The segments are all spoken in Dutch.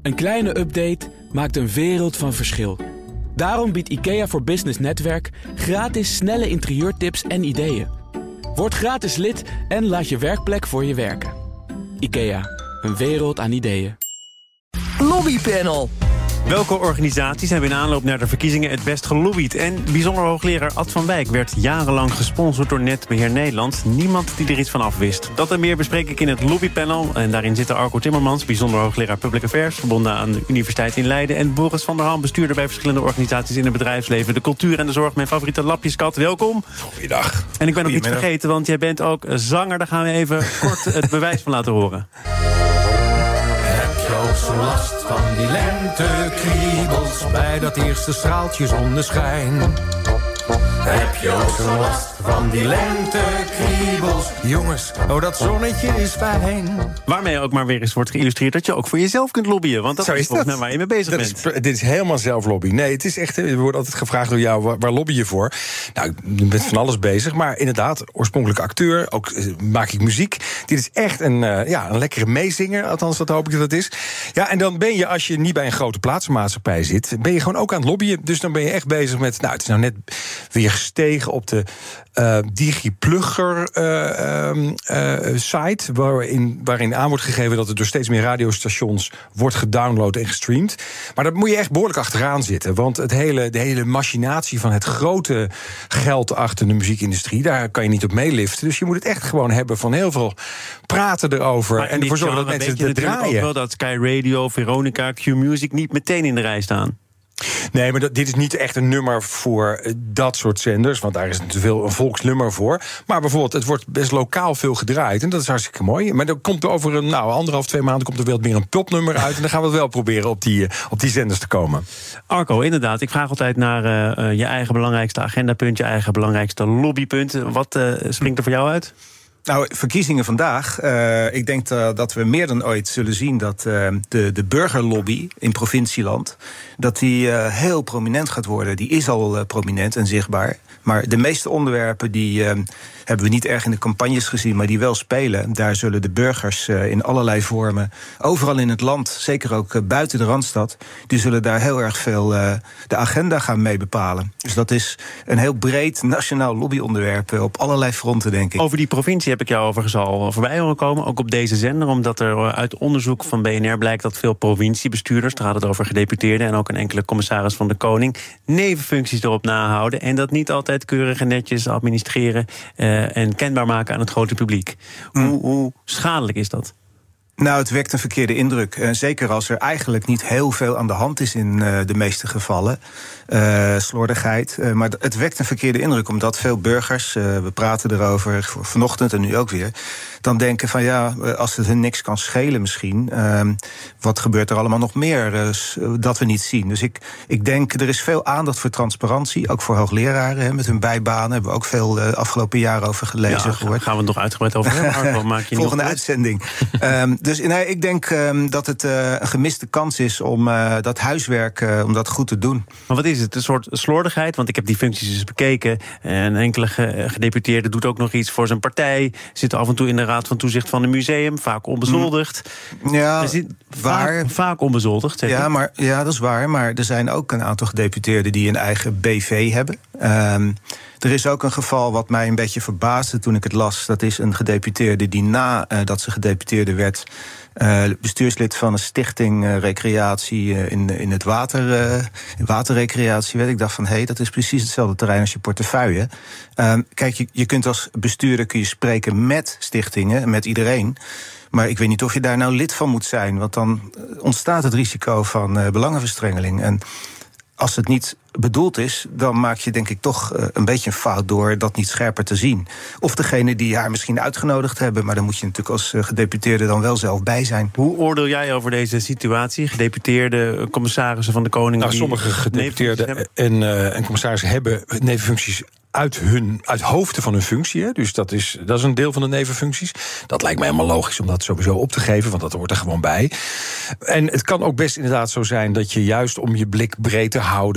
Een kleine update maakt een wereld van verschil. Daarom biedt IKEA voor Business Netwerk gratis snelle interieurtips en ideeën. Word gratis lid en laat je werkplek voor je werken. IKEA, een wereld aan ideeën. Lobbypanel. Welke organisaties hebben in aanloop naar de verkiezingen het best gelobbyd? En bijzonder hoogleraar Ad van Wijk werd jarenlang gesponsord door Netbeheer Nederland. Niemand die er iets van afwist. Dat en meer bespreek ik in het lobbypanel. En daarin zitten Arco Timmermans, bijzonder hoogleraar Public Affairs, verbonden aan de Universiteit in Leiden. En Boris van der Ham, bestuurder bij verschillende organisaties in het bedrijfsleven, de cultuur en de zorg. Mijn favoriete lapjeskat, welkom. Goeiedag. En ik ben nog iets vergeten, want jij bent ook zanger. Daar gaan we even kort het bewijs van laten horen. Zo last van die lentekriebels bij dat eerste straaltje zonneschijn. Heb je ook zo last van die lentekriebels? Jongens, oh dat zonnetje is fijn. Waarmee ook maar weer eens wordt geïllustreerd dat je ook voor jezelf kunt lobbyen. Want dat is volgens mij waar je mee bezig bent. Dit is helemaal zelflobby. Nee, het is echt, er wordt altijd gevraagd door jou, waar lobby je voor? Nou, ik ben van alles bezig, maar inderdaad, oorspronkelijk acteur, ook maak ik muziek. Dit is echt een lekkere meezinger, althans dat hoop ik dat het is. Ja, en dan ben je, als je niet bij een grote plaatsenmaatschappij zit, ben je gewoon ook aan het lobbyen. Dus dan ben je echt bezig met, het is nou net weer gestegen op de DigiPlugger site, waarin aan wordt gegeven dat het door steeds meer radiostations wordt gedownload en gestreamd. Maar daar moet je echt behoorlijk achteraan zitten. Want de hele machinatie van het grote geld achter de muziekindustrie, daar kan je niet op meeliften. Dus je moet het echt gewoon hebben van heel veel praten erover. Maar en ervoor zorgen dat mensen het draaien. Ook wel dat Sky Radio, Veronica, Q-Music niet meteen in de rij staan. Nee, maar dit is niet echt een nummer voor dat soort zenders, want daar is te veel een volksnummer voor. Maar bijvoorbeeld, het wordt best lokaal veel gedraaid en dat is hartstikke mooi. Maar dan komt er over een 1,5-2 maanden komt er wel meer een popnummer uit en dan gaan we het wel proberen op die zenders te komen. Arco, inderdaad, ik vraag altijd naar je eigen belangrijkste agendapunt, je eigen belangrijkste lobbypunt. Wat springt er voor jou uit? Nou, verkiezingen vandaag. Ik denk dat we meer dan ooit zullen zien dat de burgerlobby in provincieland, dat die heel prominent gaat worden. Die is al prominent en zichtbaar. Maar de meeste onderwerpen die hebben we niet erg in de campagnes gezien, maar die wel spelen. Daar zullen de burgers in allerlei vormen, overal in het land, zeker ook buiten de Randstad, die zullen daar heel erg veel de agenda gaan mee bepalen. Dus dat is een heel breed nationaal lobbyonderwerp op allerlei fronten, denk ik. Over die provincie heb ik jou overigens al voorbij horen komen, ook op deze zender, omdat er uit onderzoek van BNR blijkt dat veel provinciebestuurders, daar gaat het over gedeputeerden en ook een enkele commissaris van de Koning, nevenfuncties erop nahouden en dat niet altijd keurig en netjes administreren en kenbaar maken aan het grote publiek. Hoe schadelijk is dat? Nou, het wekt een verkeerde indruk. Zeker als er eigenlijk niet heel veel aan de hand is in de meeste gevallen. Slordigheid. Maar het wekt een verkeerde indruk, omdat veel burgers, we praten erover vanochtend en nu ook weer, dan denken van als het hun niks kan schelen misschien, wat gebeurt er allemaal nog meer dat we niet zien? Dus ik denk, er is veel aandacht voor transparantie, ook voor hoogleraren met hun bijbanen. Hebben we ook veel de afgelopen jaren over gelezen gehoord. Gaan we het nog uitgebreid over hebben? Maak je volgende uitzending. Dus ik denk dat het een gemiste kans is om dat huiswerk, om dat goed te doen. Maar wat is het? Een soort slordigheid? Want ik heb die functies eens bekeken. En enkele gedeputeerde doet ook nog iets voor zijn partij. Zit af en toe in de raad van toezicht van een museum. Vaak onbezoldigd. Ja, vaak onbezoldigd. Ja, dat is waar. Maar er zijn ook een aantal gedeputeerden die een eigen BV hebben. Er is ook een geval wat mij een beetje verbaasde toen ik het las. Dat is een gedeputeerde die nadat ze gedeputeerde werd, bestuurslid van een stichting recreatie in het waterrecreatie werd. Ik dacht van, dat is precies hetzelfde terrein als je portefeuille. Kijk, je kunt als bestuurder spreken met stichtingen, met iedereen. Maar ik weet niet of je daar nou lid van moet zijn, want dan ontstaat het risico van belangenverstrengeling. En als het niet bedoeld is, dan maak je denk ik toch een beetje een fout door dat niet scherper te zien. Of degene die haar misschien uitgenodigd hebben, maar dan moet je natuurlijk als gedeputeerde dan wel zelf bij zijn. Hoe oordeel jij over deze situatie? Gedeputeerde, commissarissen van de Koning? Sommige gedeputeerden en commissarissen hebben nevenfuncties uit hoofden van hun functie. Hè? Dus dat is een deel van de nevenfuncties. Dat lijkt mij helemaal logisch om dat sowieso op te geven, want dat hoort er gewoon bij. En het kan ook best inderdaad zo zijn dat je juist om je blik breed te houden, om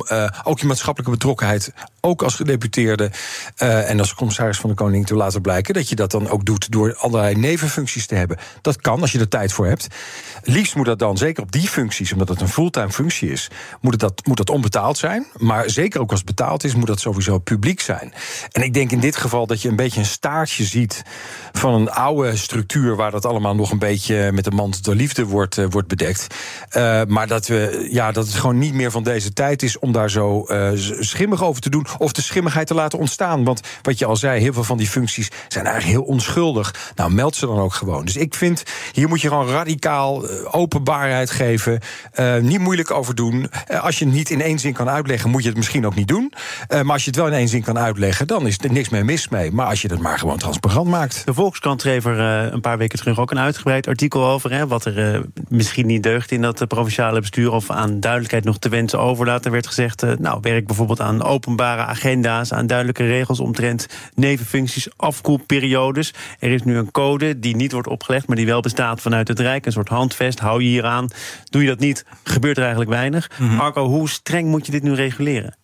om ook je maatschappelijke betrokkenheid, ook als gedeputeerde en als commissaris van de Koning, te laten blijken dat je dat dan ook doet door allerlei nevenfuncties te hebben. Dat kan, als je er tijd voor hebt. Liefst moet dat dan, zeker op die functies, omdat het een fulltime functie is, moet dat onbetaald zijn. Maar zeker ook als het betaald is, moet dat sowieso publiek zijn. En ik denk in dit geval dat je een beetje een staartje ziet van een oude structuur waar dat allemaal nog een beetje met de mantel der liefde wordt bedekt. Maar dat het gewoon niet meer van deze tijd is om daar zo schimmig over te doen of de schimmigheid te laten ontstaan. Want wat je al zei, heel veel van die functies zijn eigenlijk heel onschuldig. Nou, meld ze dan ook gewoon. Dus ik vind, hier moet je gewoon radicaal openbaarheid geven. Niet moeilijk over doen. Als je het niet in één zin kan uitleggen, moet je het misschien ook niet doen. Maar als je het wel in één zin kan uitleggen, dan is er niks meer mis mee. Maar als je het maar gewoon transparant maakt. De Volkskrant schreef er een paar weken terug ook een uitgebreid artikel over. Hè, wat er misschien niet deugt in dat provinciale bestuur of aan duidelijkheid nog te wensen overlaat. Er werd gezegd, werk bijvoorbeeld aan openbare agenda's, aan duidelijke regels omtrent nevenfuncties, afkoelperiodes. Er is nu een code die niet wordt opgelegd, maar die wel bestaat vanuit het Rijk. Een soort handvest, hou je hier aan. Doe je dat niet, gebeurt er eigenlijk weinig. Arco, hoe streng moet je dit nu reguleren?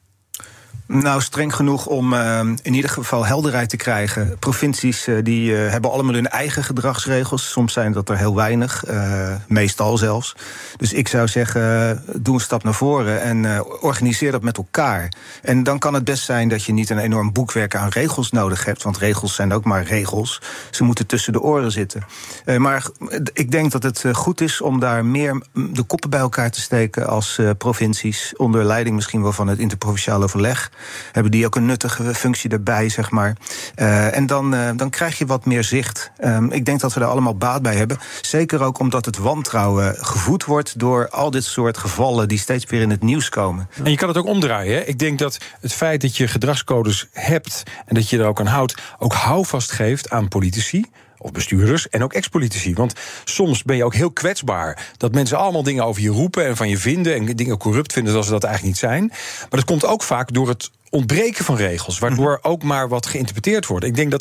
Nou, streng genoeg om in ieder geval helderheid te krijgen. Provincies die hebben allemaal hun eigen gedragsregels. Soms zijn dat er heel weinig, meestal zelfs. Dus ik zou zeggen, doe een stap naar voren en organiseer dat met elkaar. En dan kan het best zijn dat je niet een enorm boekwerk aan regels nodig hebt. Want regels zijn ook maar regels. Ze moeten tussen de oren zitten. Maar ik denk dat het goed is om daar meer de koppen bij elkaar te steken als provincies. Onder leiding misschien wel van het interprovinciaal overleg. Hebben die ook een nuttige functie erbij, zeg maar. En dan krijg je wat meer zicht. Ik denk dat we daar allemaal baat bij hebben. Zeker ook omdat het wantrouwen gevoed wordt door al dit soort gevallen die steeds weer in het nieuws komen. En je kan het ook omdraaien. Hè? Ik denk dat het feit dat je gedragscodes hebt en dat je er ook aan houdt, ook houvast geeft aan politici of bestuurders en ook ex-politici. Want soms ben je ook heel kwetsbaar dat mensen allemaal dingen over je roepen en van je vinden en dingen corrupt vinden zoals ze dat eigenlijk niet zijn. Maar dat komt ook vaak door het ontbreken van regels, waardoor ook maar wat geïnterpreteerd wordt. Ik denk dat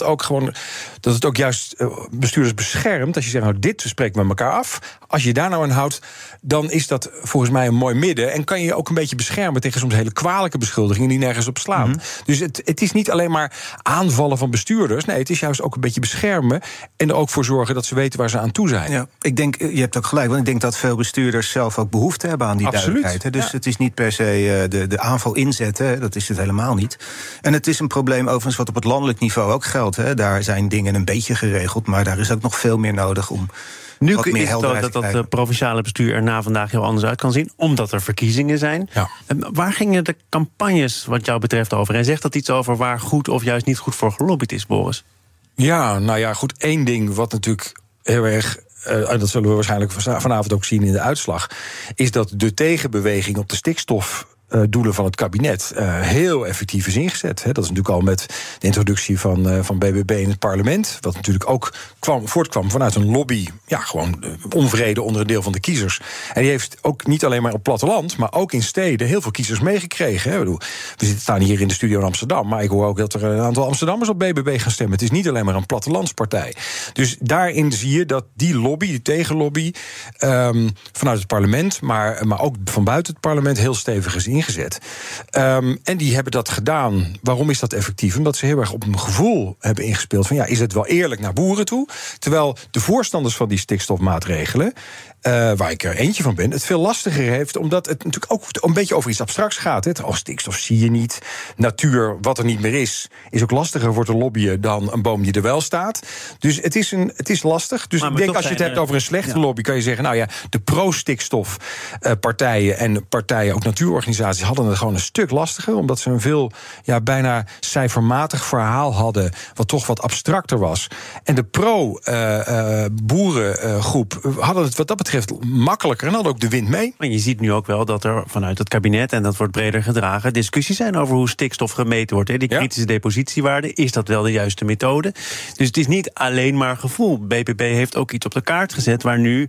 het ook juist bestuurders beschermt als je zegt, nou, dit spreken we elkaar af. Als je daar nou aan houdt, dan is dat volgens mij een mooi midden en kan je ook een beetje beschermen tegen soms hele kwalijke beschuldigingen die nergens op slaan. Dus het is niet alleen maar aanvallen van bestuurders. Nee, het is juist ook een beetje beschermen en er ook voor zorgen dat ze weten waar ze aan toe zijn. Ja, ik denk, je hebt ook gelijk, want ik denk dat veel bestuurders zelf ook behoefte hebben aan die duidelijkheid. Hè? Dus het is niet per se de aanval inzetten, dat is het helemaal niet. En het is een probleem overigens wat op het landelijk niveau ook geldt. Hè. Daar zijn dingen een beetje geregeld, maar daar is ook nog veel meer nodig om nu wat meer helderheid te krijgen. Dat provinciale bestuur er na vandaag heel anders uit kan zien, omdat er verkiezingen zijn. Ja. Waar gingen de campagnes wat jou betreft over? En zegt dat iets over waar goed of juist niet goed voor gelobbyd is, Boris? Ja, nou ja, goed. Één ding wat natuurlijk heel erg, dat zullen we waarschijnlijk vanavond ook zien in de uitslag, is dat de tegenbeweging op de stikstofdoelen van het kabinet heel effectief is ingezet. Dat is natuurlijk al met de introductie van BBB in het parlement, wat natuurlijk ook voortkwam vanuit een lobby, gewoon onvrede onder een deel van de kiezers. En die heeft ook niet alleen maar op platteland, maar ook in steden heel veel kiezers meegekregen. We staan hier in de studio in Amsterdam, maar ik hoor ook dat er een aantal Amsterdammers op BBB gaan stemmen. Het is niet alleen maar een plattelandspartij. Dus daarin zie je dat die lobby, die tegenlobby, vanuit het parlement, maar ook van buiten het parlement heel stevig is ingezet. En die hebben dat gedaan. Waarom is dat effectief? Omdat ze heel erg op een gevoel hebben ingespeeld van, is het wel eerlijk naar boeren toe? Terwijl de voorstanders van die stikstofmaatregelen, waar ik er eentje van ben, het veel lastiger heeft, omdat het natuurlijk ook een beetje over iets abstracts gaat. Stikstof zie je niet. Natuur, wat er niet meer is ook lastiger voor te lobbyen dan een boom die er wel staat. Dus het is lastig. Dus ik denk, als je het hebt over een slechte lobby, kan je zeggen, de pro-stikstof partijen en partijen, ook natuurorganisaties, hadden het gewoon een stuk lastiger, omdat ze een veel bijna cijfermatig verhaal hadden, wat toch wat abstracter was. En de pro-boerengroep hadden het wat dat betreft makkelijker en hadden ook de wind mee. Maar je ziet nu ook wel dat er vanuit het kabinet, en dat wordt breder gedragen, discussies zijn over hoe stikstof gemeten wordt. Die kritische depositiewaarde, is dat wel de juiste methode? Dus het is niet alleen maar gevoel. BBB heeft ook iets op de kaart gezet waar nu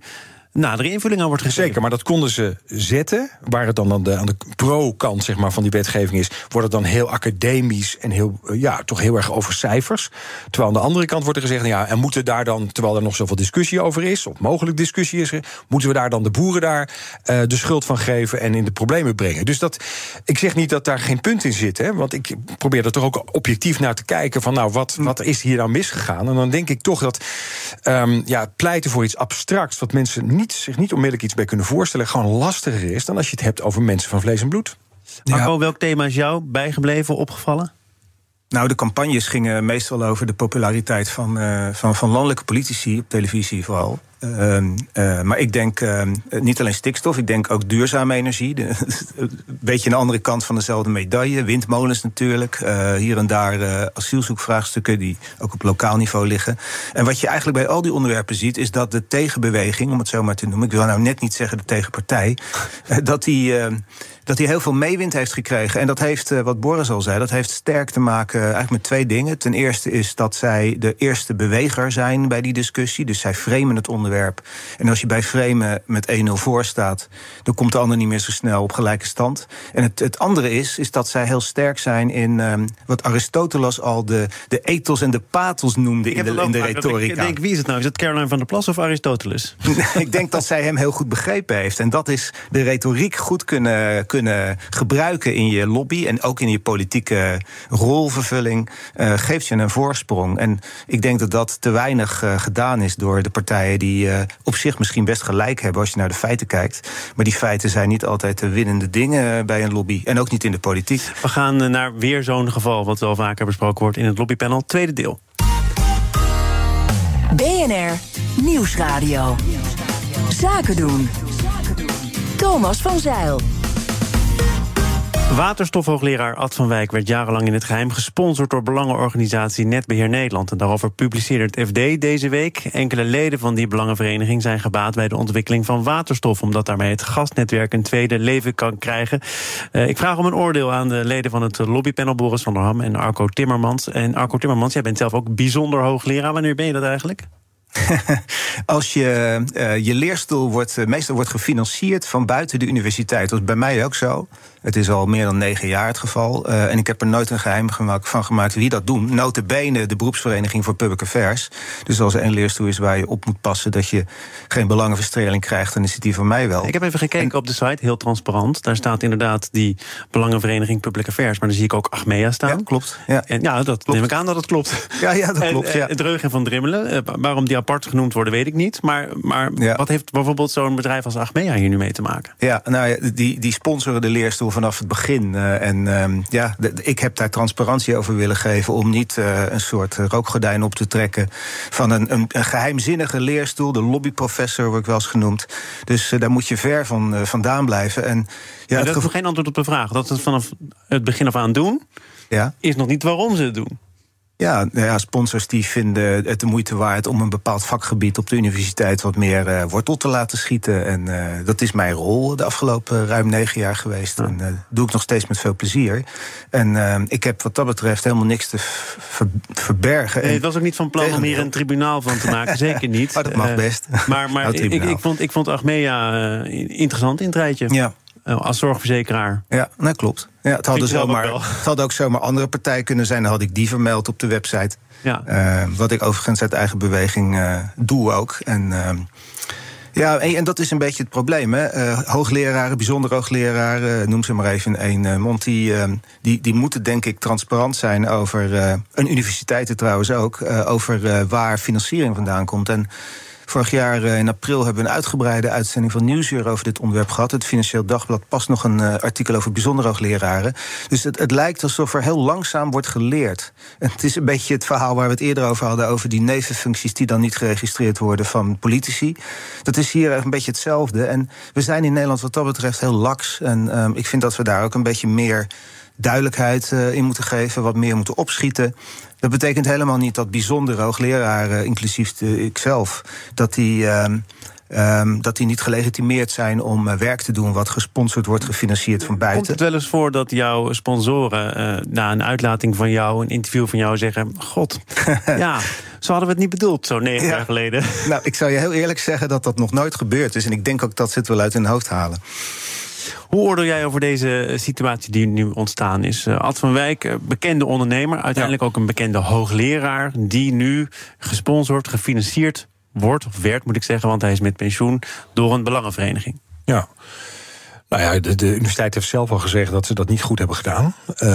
nadere invulling aan wordt gegeven. Zeker, maar dat konden ze zetten. Waar het dan aan de pro-kant zeg maar, van die wetgeving is, wordt het dan heel academisch en toch heel erg over cijfers. Terwijl aan de andere kant wordt er gezegd, en moeten daar dan, terwijl er nog zoveel discussie over is, of mogelijk discussie is, moeten we daar dan de boeren daar de schuld van geven en in de problemen brengen. Dus ik zeg niet dat daar geen punt in zit, hè, want ik probeer er toch ook objectief naar te kijken van, wat is hier nou misgegaan? En dan denk ik toch dat pleiten voor iets abstracts, wat mensen zich niet onmiddellijk iets bij kunnen voorstellen, gewoon lastiger is dan als je het hebt over mensen van vlees en bloed. Marco, welk thema is jou bijgebleven, opgevallen? Nou, de campagnes gingen meestal over de populariteit van landelijke politici op televisie vooral. Maar ik denk niet alleen stikstof, ik denk ook duurzame energie. Een beetje een andere kant van dezelfde medaille. Windmolens natuurlijk. Hier en daar asielzoekvraagstukken die ook op lokaal niveau liggen. En wat je eigenlijk bij al die onderwerpen ziet, is dat de tegenbeweging, om het zo maar te noemen, ik wil nou net niet zeggen de tegenpartij, dat hij heel veel meewind heeft gekregen. En dat heeft, wat Boris al zei, dat heeft sterk te maken eigenlijk met twee dingen. Ten eerste is dat zij de eerste beweger zijn bij die discussie. Dus zij framen het onderwerp. En als je bij framen met 1-0 voor staat, dan komt de ander niet meer zo snel op gelijke stand. En het andere is dat zij heel sterk zijn in wat Aristoteles al de ethos en de pathos noemde in de retorica. Ik denk, wie is het nou? Is het Caroline van der Plas of Aristoteles? Ik denk dat zij hem heel goed begrepen heeft. En dat is de retoriek goed kunnen gebruiken in je lobby en ook in je politieke rolvervulling, geeft je een voorsprong. En ik denk dat dat te weinig gedaan is door de partijen die op zich misschien best gelijk hebben als je naar de feiten kijkt. Maar die feiten zijn niet altijd de winnende dingen bij een lobby. En ook niet in de politiek. We gaan naar weer zo'n geval wat wel vaker besproken wordt in het lobbypanel. Tweede deel. BNR Nieuwsradio. Zaken doen. Thomas van Zeil. Waterstofhoogleraar Ad van Wijk werd jarenlang in het geheim gesponsord door belangenorganisatie Netbeheer Nederland. En daarover publiceerde het FD deze week. Enkele leden van die belangenvereniging zijn gebaat bij de ontwikkeling van waterstof, omdat daarmee het gasnetwerk een tweede leven kan krijgen. Ik vraag om een oordeel aan de leden van het lobbypanel Boris van der Ham en Arco Timmermans. En Arco Timmermans, jij bent zelf ook bijzonder hoogleraar. Wanneer ben je dat eigenlijk? Als je leerstoel meestal wordt gefinancierd van buiten de universiteit. Dat is bij mij ook zo. Het is al meer dan 9 jaar het geval. En ik heb er nooit een geheim van gemaakt wie dat doen. Nota bene de beroepsvereniging voor Public Affairs. Dus als er een leerstoel is waar je op moet passen dat je geen belangenverstreling krijgt, dan is het die van mij wel. Ik heb even gekeken op de site, heel transparant. Daar staat inderdaad die belangenvereniging Public Affairs. Maar dan zie ik ook Achmea staan. Ja, klopt. Ja. En dat klopt. Neem ik aan dat het klopt. Ja, dat klopt. Ja. Dreug en Van Drimmelen, waarom die apart genoemd worden, weet ik niet. Maar wat heeft bijvoorbeeld zo'n bedrijf als Achmea hier nu mee te maken? Ja, die sponsoren de leerstoel vanaf het begin. Ik heb daar transparantie over willen geven om niet een soort rookgordijn op te trekken van een geheimzinnige leerstoel. De lobbyprofessor wordt wel eens genoemd. Dus daar moet je ver vandaan blijven. En dat is nog geen antwoord op de vraag. Dat het vanaf het begin af aan doen, is nog niet waarom ze het doen. Ja, sponsors die vinden het de moeite waard om een bepaald vakgebied op de universiteit wat meer wortel te laten schieten. En dat is mijn rol de afgelopen ruim 9 jaar geweest. Ja. En dat doe ik nog steeds met veel plezier. En ik heb wat dat betreft helemaal niks te verbergen. Nee, het was ook niet van plan om hier een tribunaal van te maken, zeker niet. Maar dat mag best. Maar ik vond Achmea interessant in het rijtje. Ja. Als zorgverzekeraar. Ja, dat klopt. Ja, het had ook zomaar andere partij kunnen zijn. Dan had ik die vermeld op de website. Ja. Wat ik overigens uit eigen beweging doe ook. En dat is een beetje het probleem. Hè. Hoogleraren, bijzonder hoogleraren, noem ze maar even in één mond. Die moeten denk ik transparant zijn over, en universiteiten trouwens ook, over waar financiering vandaan komt. En vorig jaar in april hebben we een uitgebreide uitzending van Nieuwsuur over dit onderwerp gehad. Het Financieel Dagblad past nog een artikel over bijzonder hoogleraren. Dus het lijkt alsof er heel langzaam wordt geleerd. En het is een beetje het verhaal waar we het eerder over hadden, over die nevenfuncties die dan niet geregistreerd worden van politici. Dat is hier een beetje hetzelfde. En we zijn in Nederland wat dat betreft heel laks. En ik vind dat we daar ook een beetje meer duidelijkheid in moeten geven, wat meer moeten opschieten. Dat betekent helemaal niet dat bijzondere hoogleraren, inclusief ikzelf, dat die dat die niet gelegitimeerd zijn om werk te doen wat gesponsord wordt, gefinancierd van buiten. Komt het wel eens voor dat jouw sponsoren na een uitlating van jou, een interview van jou zeggen, god, ja, zo hadden we het niet bedoeld, zo 9 jaar geleden. Nou, ik zou je heel eerlijk zeggen dat dat nog nooit gebeurd is. En ik denk ook dat ze het wel uit hun hoofd halen. Hoe oordeel jij over deze situatie die nu ontstaan is? Ad van Wijk, bekende ondernemer, uiteindelijk ook een bekende hoogleraar, die nu gesponsord, gefinancierd wordt, of werd moet ik zeggen, want hij is met pensioen, door een belangenvereniging. Ja. Nou ja, de universiteit heeft zelf al gezegd dat ze dat niet goed hebben gedaan.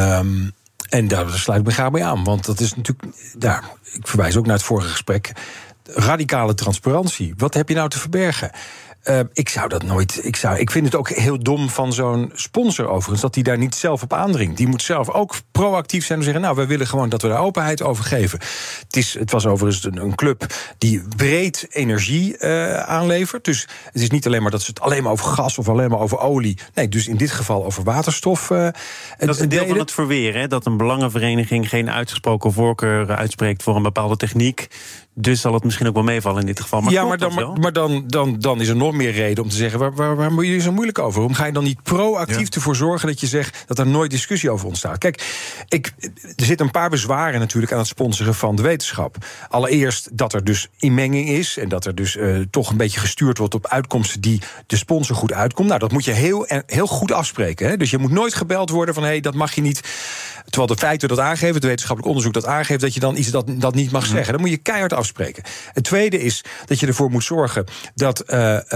En daar sluit ik me graag bij aan. Want dat is natuurlijk, ik verwijs ook naar het vorige gesprek, radicale transparantie. Wat heb je nou te verbergen? Ik zou dat nooit. Ik vind het ook heel dom van zo'n sponsor overigens, dat die daar niet zelf op aandringt. Die moet zelf ook proactief zijn en zeggen, nou, wij willen gewoon dat we daar openheid over geven. Het was overigens een club die breed energie aanlevert. Dus het is niet alleen maar dat ze het alleen maar over gas of alleen maar over olie. Nee, dus in dit geval over waterstof. Dat is een deel van het verweer, hè? Dat een belangenvereniging geen uitgesproken voorkeur uitspreekt voor een bepaalde techniek. Dus zal het misschien ook wel meevallen in dit geval. Maar dan is er nog meer reden om te zeggen, waar moet je zo moeilijk over? Waarom ga je dan niet proactief ervoor zorgen dat je zegt dat er nooit discussie over ontstaat? Kijk, er zitten een paar bezwaren natuurlijk aan het sponsoren van de wetenschap. Allereerst dat er dus inmenging is en dat er dus toch een beetje gestuurd wordt op uitkomsten die de sponsor goed uitkomt. Nou, dat moet je heel goed afspreken. Hè? Dus je moet nooit gebeld worden van, dat mag je niet. Terwijl de feiten dat aangeven, het wetenschappelijk onderzoek dat aangeeft, dat je dan iets dat niet mag zeggen. Dan moet je keihard afspreken. Het tweede is dat je ervoor moet zorgen dat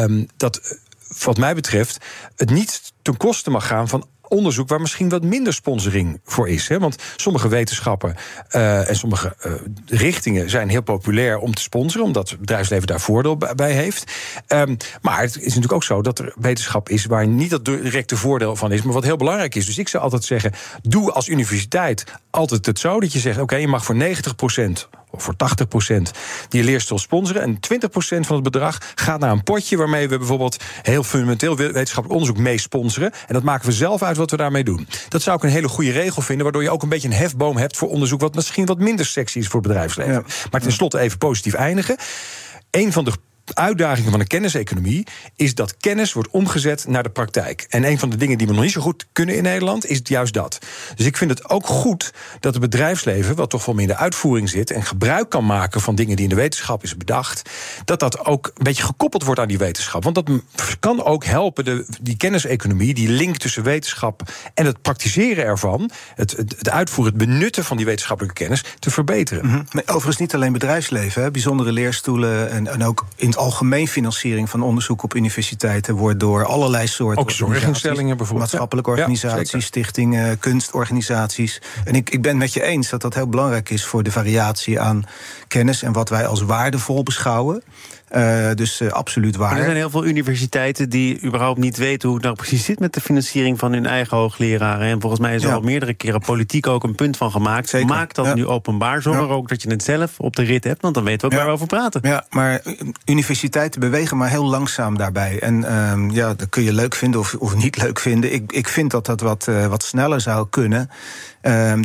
wat mij betreft, het niet ten koste mag gaan van onderzoek waar misschien wat minder sponsoring voor is. Hè? Want sommige wetenschappen en sommige richtingen zijn heel populair om te sponsoren, omdat het bedrijfsleven daar voordeel bij heeft. Maar het is natuurlijk ook zo dat er wetenschap is waar niet dat directe voordeel van is, maar wat heel belangrijk is. Dus ik zou altijd zeggen, doe als universiteit altijd het zo dat je zegt, oké, je mag voor 90% of voor 80% die leerstoel sponsoren en 20% van het bedrag gaat naar een potje waarmee we bijvoorbeeld heel fundamenteel wetenschappelijk onderzoek mee sponsoren. En dat maken we zelf uit wat we daarmee doen. Dat zou ik een hele goede regel vinden, waardoor je ook een beetje een hefboom hebt voor onderzoek wat misschien wat minder sexy is voor het bedrijfsleven. Ja. Maar tenslotte even positief eindigen. Een van de uitdagingen van de kenniseconomie is dat kennis wordt omgezet naar de praktijk. En een van de dingen die we nog niet zo goed kunnen in Nederland is juist dat. Dus ik vind het ook goed dat het bedrijfsleven, wat toch wel meer in de uitvoering zit en gebruik kan maken van dingen die in de wetenschap is bedacht, dat ook een beetje gekoppeld wordt aan die wetenschap. Want dat kan ook helpen die kenniseconomie, die link tussen wetenschap en het praktiseren ervan, het uitvoeren, het benutten van die wetenschappelijke kennis te verbeteren. Mm-hmm. Nee, overigens niet alleen bedrijfsleven, hè. Bijzondere leerstoelen en ook in het algemeen financiering van onderzoek op universiteiten wordt door allerlei soorten ook zorginstellingen bijvoorbeeld, maatschappelijke organisaties, stichtingen, kunstorganisaties. En ik ben het met je eens dat dat heel belangrijk is voor de variatie aan kennis en wat wij als waardevol beschouwen. Dus absoluut waar. Maar er zijn heel veel universiteiten die überhaupt niet weten hoe het nou precies zit met de financiering van hun eigen hoogleraren. En volgens mij is er al meerdere keren politiek ook een punt van gemaakt. Zeker. Maak dat nu openbaar. Zorg ook dat je het zelf op de rit hebt, want dan weten we ook waar we over praten. Ja, maar universiteiten bewegen maar heel langzaam daarbij. En dat kun je leuk vinden of niet leuk vinden. Ik vind dat wat sneller zou kunnen. En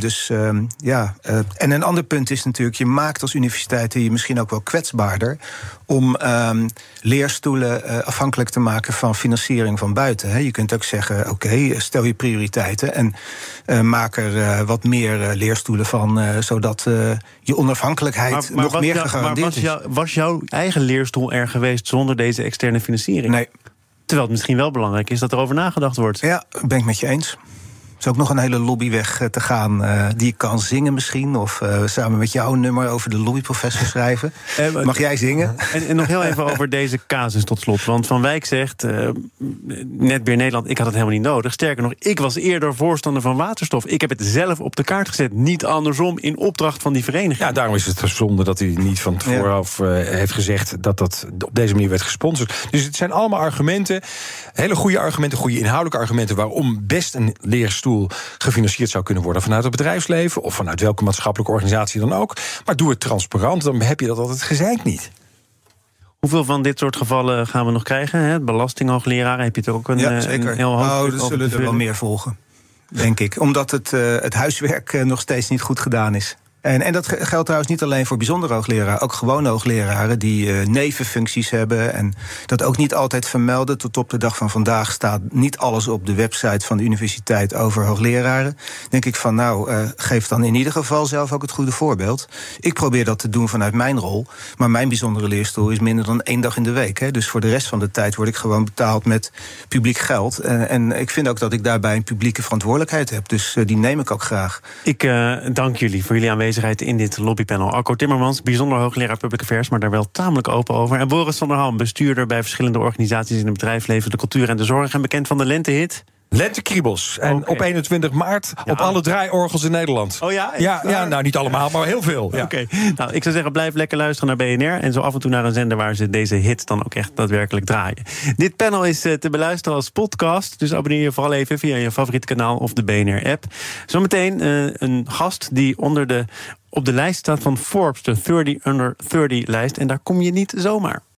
een ander punt is natuurlijk, je maakt als universiteiten je misschien ook wel kwetsbaarder om leerstoelen afhankelijk te maken van financiering van buiten. Hè. Je kunt ook zeggen, oké, stel je prioriteiten en maak er wat meer leerstoelen van, zodat je onafhankelijkheid nog meer gegarandeerd is. Was jouw eigen leerstoel er geweest zonder deze externe financiering? Nee. Terwijl het misschien wel belangrijk is dat er over nagedacht wordt. Ja, ben ik met je eens. Er is ook nog een hele lobbyweg te gaan die ik kan zingen misschien. Of samen met jou een nummer over de lobbyprofessor schrijven. Mag jij zingen? En nog heel even over deze casus tot slot. Want Van Wijk zegt, Netbeheer Nederland, ik had het helemaal niet nodig. Sterker nog, ik was eerder voorstander van waterstof. Ik heb het zelf op de kaart gezet. Niet andersom, in opdracht van die vereniging. Ja, daarom is het zonde dat hij niet van vooraf heeft gezegd dat op deze manier werd gesponsord. Dus het zijn allemaal argumenten, hele goede argumenten, goede inhoudelijke argumenten waarom best een leerstoel gefinancierd zou kunnen worden vanuit het bedrijfsleven of vanuit welke maatschappelijke organisatie dan ook. Maar doe het transparant, dan heb je dat altijd gezeik niet. Hoeveel van dit soort gevallen gaan we nog krijgen? Hè? Belastinghoogleraren, heb je het ook zeker. Een heel hoog. Er zullen er wel meer volgen, denk ik. Omdat het huiswerk nog steeds niet goed gedaan is. En dat geldt trouwens niet alleen voor bijzondere hoogleraren, ook gewone hoogleraren die nevenfuncties hebben en dat ook niet altijd vermelden. Tot op de dag van vandaag staat niet alles op de website van de universiteit over hoogleraren. Denk ik van geef dan in ieder geval zelf ook het goede voorbeeld. Ik probeer dat te doen vanuit mijn rol, maar mijn bijzondere leerstoel is minder dan 1 dag in de week. Hè. Dus voor de rest van de tijd word ik gewoon betaald met publiek geld. En ik vind ook dat ik daarbij een publieke verantwoordelijkheid heb. Dus die neem ik ook graag. Ik dank jullie voor jullie aanwezigheid in dit lobbypanel. Alco Timmermans, bijzonder hoogleraar Public Affairs, maar daar wel tamelijk open over. En Boris van der Ham, bestuurder bij verschillende organisaties in het bedrijfsleven, de cultuur en de zorg. En bekend van de lentehit. Lentekriebels. En op 21 maart op alle draaiorgels in Nederland. Oh ja? Ja, nou niet allemaal, maar heel veel. Ja. Oké. Nou, ik zou zeggen, blijf lekker luisteren naar BNR. En zo af en toe naar een zender waar ze deze hit dan ook echt daadwerkelijk draaien. Dit panel is te beluisteren als podcast. Dus abonneer je vooral even via je favoriete kanaal of de BNR-app. Zometeen een gast die op de lijst staat van Forbes, de 30 Under 30 lijst. En daar kom je niet zomaar.